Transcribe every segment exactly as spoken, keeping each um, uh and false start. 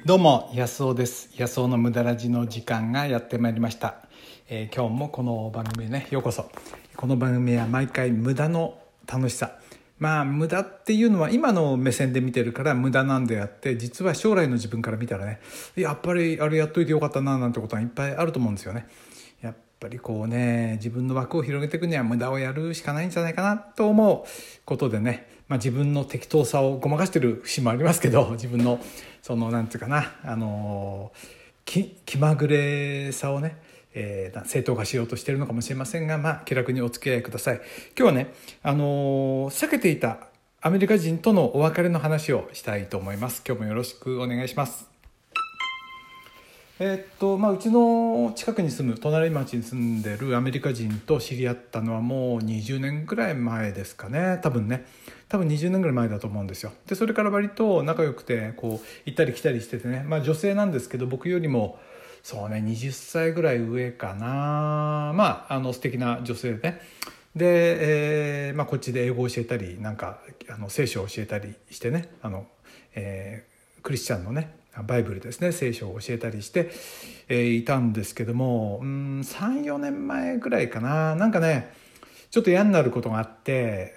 どうも安尾です。安尾の無駄ラジの時間がやってまいりました、えー、今日もこの番組へねようこそ。この番組は毎回無駄の楽しさ、まあ無駄っていうのは今の目線で見てるから無駄なんであって、実は将来の自分から見たらね、やっぱりあれやっといてよかったななんてことはいっぱいあると思うんですよね。やっぱりこうね、自分の枠を広げていくには無駄をやるしかないんじゃないかなと思うことでね、まあ、自分の適当さをごまかしてる節もありますけど、自分のそのなんていうかな、あの気気まぐれさをね、えー、正当化しようとしているのかもしれませんが、まあ、気楽にお付き合いください。今日はね、あの避けていたアメリカ人とのお別れの話をしたいと思います。今日もよろしくお願いします。えーっとまあ、うちの近くに住む隣町に住んでるアメリカ人と知り合ったのはもうにじゅうねんぐらい前ですかね。多分ね多分にじゅうねんぐらい前だと思うんですよ。でそれから割と仲良くてこう行ったり来たりしててね、まあ、女性なんですけど僕よりもそうねにじゅっさいぐらい上かな。まああの素敵な女性でね、で、えーまあ、こっちで英語を教えたりなんかあの聖書を教えたりしてね、あの、えー、クリスチャンのねバイブルですね、聖書を教えたりして、えー、いたんですけども、うん、さん、よねんまえぐらいかな、なんかねちょっと嫌になることがあって、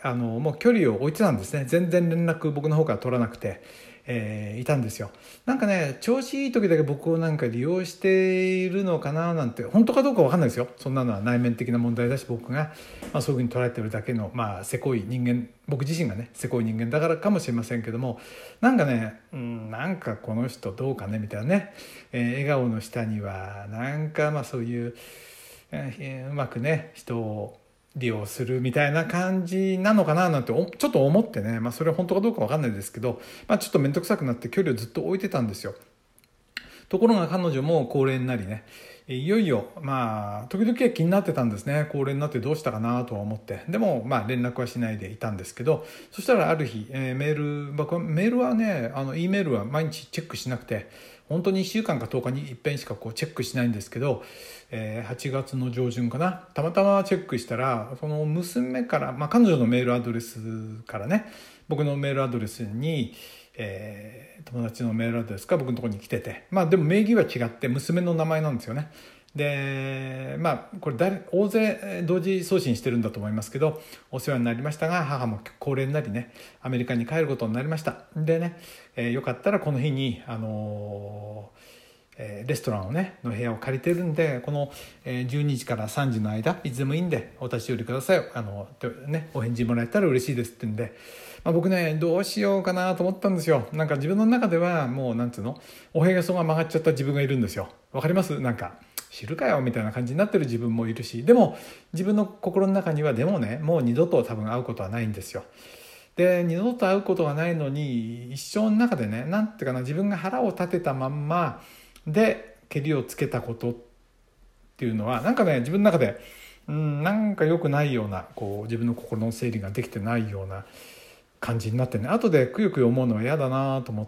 あのもう距離を置いてたんですね。全然連絡僕の方から取らなくて、えー、いたんですよ。なんかね調子いい時だけ僕をなんか利用しているのかななんて、本当かどうか分かんないですよ。そんなのは内面的な問題だし、僕が、まあ、そういうふうに捉えてるだけの、まあ、せこい人間、僕自身がねせこい人間だからかもしれませんけども、なんかね、うん、なんかこの人どうかねみたいなね、えー、笑顔の下にはなんかまあそういう、えー、うまくね人を利用するみたいな感じなのかななんてちょっと思ってね、まあ、それは本当かどうか分かんないですけど、まあ、ちょっと面倒くさくなって距離をずっと置いてたんですよ。ところが彼女も高齢になりね、いよいよまあ時々気になってたんですね。高齢になってどうしたかなとは思って、でもまあ連絡はしないでいたんですけど、そしたらある日、えー、メール僕はメールはねあの E メールは毎日チェックしなくて、本当にいっしゅうかんかとおかにいっぺんしかこうチェックしないんですけど、えー、はちがつの上旬かな、たまたまチェックしたらその娘から、まあ、彼女のメールアドレスからね僕のメールアドレスに、えー、友達のメールアドレスが僕のところに来てて、まあでも名義は違って娘の名前なんですよね。でまあこれ誰大勢同時送信してるんだと思いますけど、お世話になりましたが母も高齢になりねアメリカに帰ることになりました。でね、えー、よかったらこの日にあのーレストランをねの部屋を借りてるんで、このじゅうにじからさんじの間いつでもいいんでお立ち寄りください、あの、ね、お返事もらえたら嬉しいですって言うんで、まあ、僕ねどうしようかなと思ったんですよ。なんか自分の中ではもうなんつうのおへそが曲がっちゃった自分がいるんですよ。わかります？なんか知るかよみたいな感じになってる自分もいるし、でも自分の心の中にはでもねもう二度と多分会うことはないんですよ。で二度と会うことがないのに一生の中でね、なんていうかな、自分が腹を立てたまんまでけりをつけたことっていうのはなんかね自分の中でうんなんか良くないような、こう自分の心の整理ができてないような感じになってね、後でくよくよ思うのは嫌だなと思って、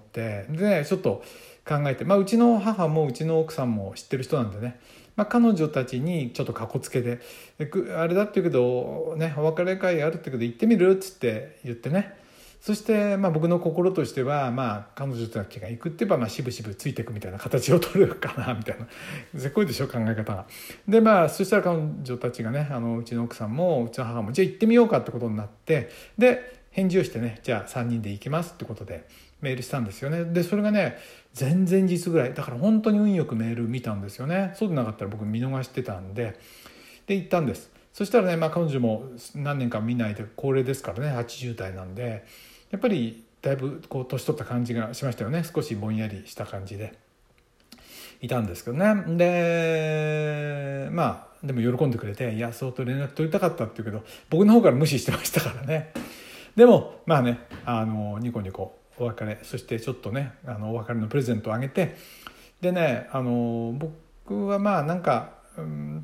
でちょっと考えて、まあ、うちの母もうちの奥さんも知ってる人なんでね、まあ、彼女たちにちょっとかこつけであれだって言うけどねお別れ会あるって言うけど行ってみるっつって言ってね、そしてまあ僕の心としてはまあ彼女たちが行くって言えばまあしぶしぶついていくみたいな形を取るかなみたいな、せこいでしょ考え方が。でまあそしたら彼女たちがねあのうちの奥さんもうちの母もじゃあ行ってみようかってことになって、で返事をしてねじゃあさんにんで行きますってことでメールしたんですよね。でそれがね前々日ぐらいだから本当に運よくメール見たんですよね。そうでなかったら僕見逃してたんで、で行ったんです。そしたらね、まあ、彼女も何年か見ないで高齢ですからねはちじゅう代なんで、やっぱりだいぶこう年取った感じがしましたよね。少しぼんやりした感じでいたんですけどね。でまあでも喜んでくれて、いや相当連絡取りたかったって言うけど僕の方から無視してましたからね。でもまあねあのニコニコお別れ、そしてちょっとねあのお別れのプレゼントをあげて、でねあの僕はまあなんか、うん、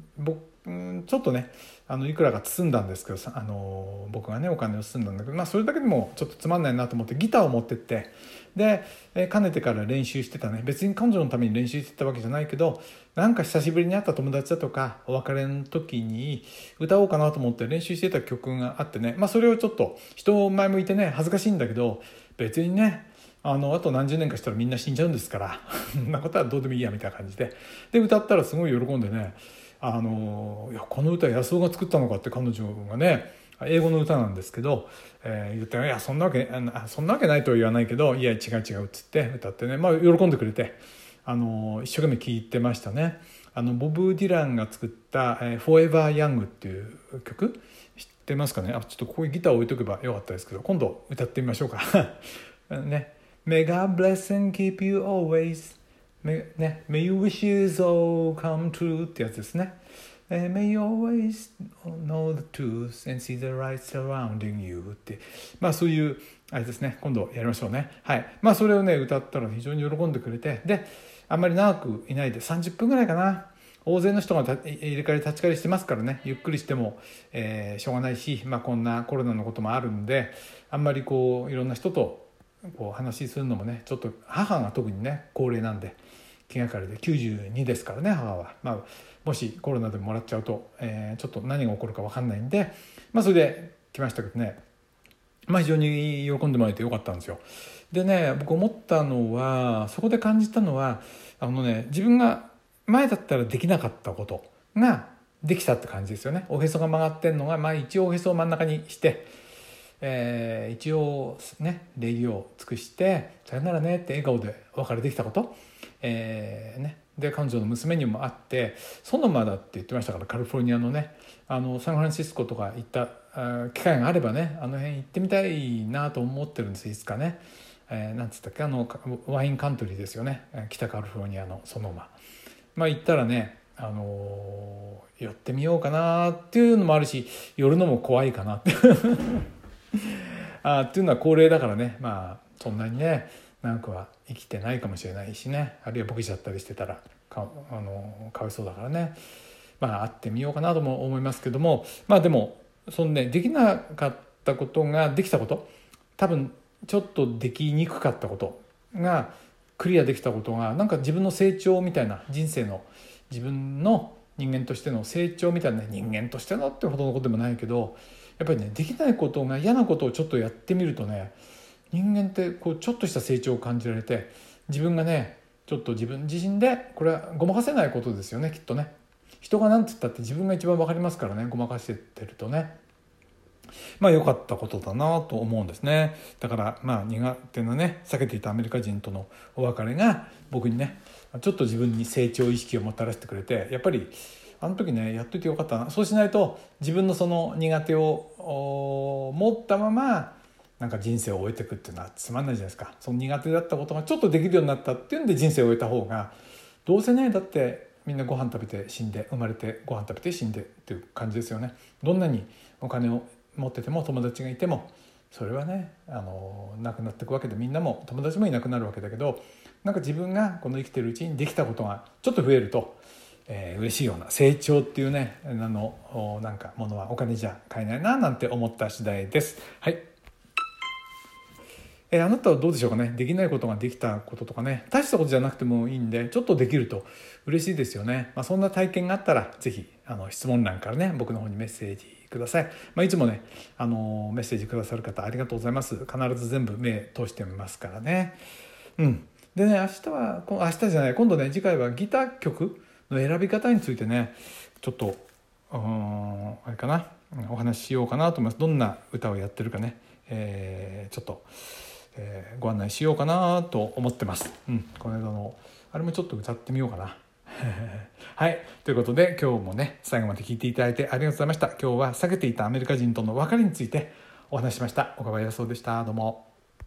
僕ちょっとねあのいくらか包んだんですけど、あの僕がねお金を包んだんだけど、まあ、それだけでもちょっとつまんないなと思ってギターを持ってって、で、えー、かねてから練習してたね、別に彼女のために練習してたわけじゃないけど、なんか久しぶりに会った友達だとかお別れの時に歌おうかなと思って練習してた曲があってね、まあ、それをちょっと人前向いてね恥ずかしいんだけど別にねあのあと何十年かしたらみんな死んじゃうんですからそんなことはどうでもいいやみたいな感じでで歌ったらすごい喜んでね、あのいやこの歌安尾が作ったのかって彼女がね、英語の歌なんですけど、えー、言って「いやそんなわけあそんなわけない」とは言わないけど「いや違う違う」っつって歌ってね、まあ、喜んでくれて、あの一生懸命聴いてましたね。あのボブ・ディランが作った「Forever Young」っていう曲知ってますかね。あちょっとここにギターを置いとけばよかったですけど、今度歌ってみましょうかね。May God bless and keep you always May, ね、May your wishes all come true ってやつですね。May you always know the truth and see the light surrounding you って、まあそういうあれですね。今度やりましょうね。はい。まあそれをね歌ったら非常に喜んでくれて、であんまり長くいないでさんじゅっぷんぐらいかな。大勢の人が入れ替わり立ち替わりしてますからね、ゆっくりしても、えー、しょうがないし、まあ、こんなコロナのこともあるんで、あんまりこういろんな人とこう話するのもね、ちょっと母が特にね高齢なんで気がかりできゅうじゅうにですからね母は、まあ、もしコロナでもらっちゃうと、えー、ちょっと何が起こるか分かんないんで、まあ、それで来ましたけどね、まあ、非常に喜んでもらえてよかったんですよ。でね、僕思ったのは、そこで感じたのはあのね、自分が前だったらできなかったことができたって感じですよね。おへそが曲がってんのが、まあ、一応おへそを真ん中にして、えー、一応ね礼儀を尽くしてさよならねって笑顔でお別れできたこと、えーね、で彼女の娘にも会ってソノマだって言ってましたから、カリフォルニアのね、あのサンフランシスコとか行った機会があればね、あの辺行ってみたいなと思ってるんですいつかね。えー、なんつったっけ、あのワインカントリーですよね、北カリフォルニアのソノマ。まあ行ったらね、あのー、寄ってみようかなっていうのもあるし、寄るのも怖いかなってあっていうのは高齢だからね、まあそんなにね長くは生きてないかもしれないしね、あるいは牧師だったりしてたら か, あのかわいそうだからね、まあ会ってみようかなとも思いますけども、まあでもそのねできなかったことができたこと、多分ちょっとできにくかったことがクリアできたことが、なんか自分の成長みたいな、人生の自分の人間としての成長みたいな、ね、人間としてのってほどのことでもないけど、やっぱりねできないことが、嫌なことをちょっとやってみるとね、人間ってこうちょっとした成長を感じられて、自分がねちょっと自分自身で、これはごまかせないことですよねきっとね。人が何て言ったって自分が一番分かりますからね、ごまかしてってるとね。まあ良かったことだなと思うんですね。だからまあ苦手なね避けていたアメリカ人とのお別れが僕にねちょっと自分に成長意識をもたらしてくれて、やっぱりあの時ねやっといてよかったな。そうしないと自分のその苦手を持ったままなんか人生を終えていくっていうのはつまんないじゃないですか。その苦手だったことがちょっとできるようになったっていうんで人生を終えた方が、どうせねだってみんなご飯食べて死んで、生まれてご飯食べて死んでっていう感じですよね。どんなにお金を持ってても友達がいてもそれはねあのなくなっていくわけで、みんなも友達もいなくなるわけだけど、なんか自分がこの生きてるうちにできたことがちょっと増えると、えー、嬉しいような成長っていうねあのなんかものはお金じゃ買えないななんて思った次第です。はい、えー、あなたはどうでしょうかね。できないことができたこととかね、大したことじゃなくてもいいんでちょっとできると嬉しいですよね。まあ、そんな体験があったらぜひあの質問欄からね僕の方にメッセージください。まあ、いつもねあのメッセージくださる方ありがとうございます。必ず全部目通してみますからね。うんでね明日は明日じゃない今度ね次回はギター曲の選び方についてねちょっとうんあれかなお話ししようかなと思います。どんな歌をやってるかね、えー、ちょっと、えー、ご案内しようかなと思ってます。うん、この間のあれもちょっと歌ってみようかな。はい、ということで今日もね最後まで聞いていただいてありがとうございました。今日は避けていたアメリカ人との別れについてお話ししました。岡林康夫でした。どうも。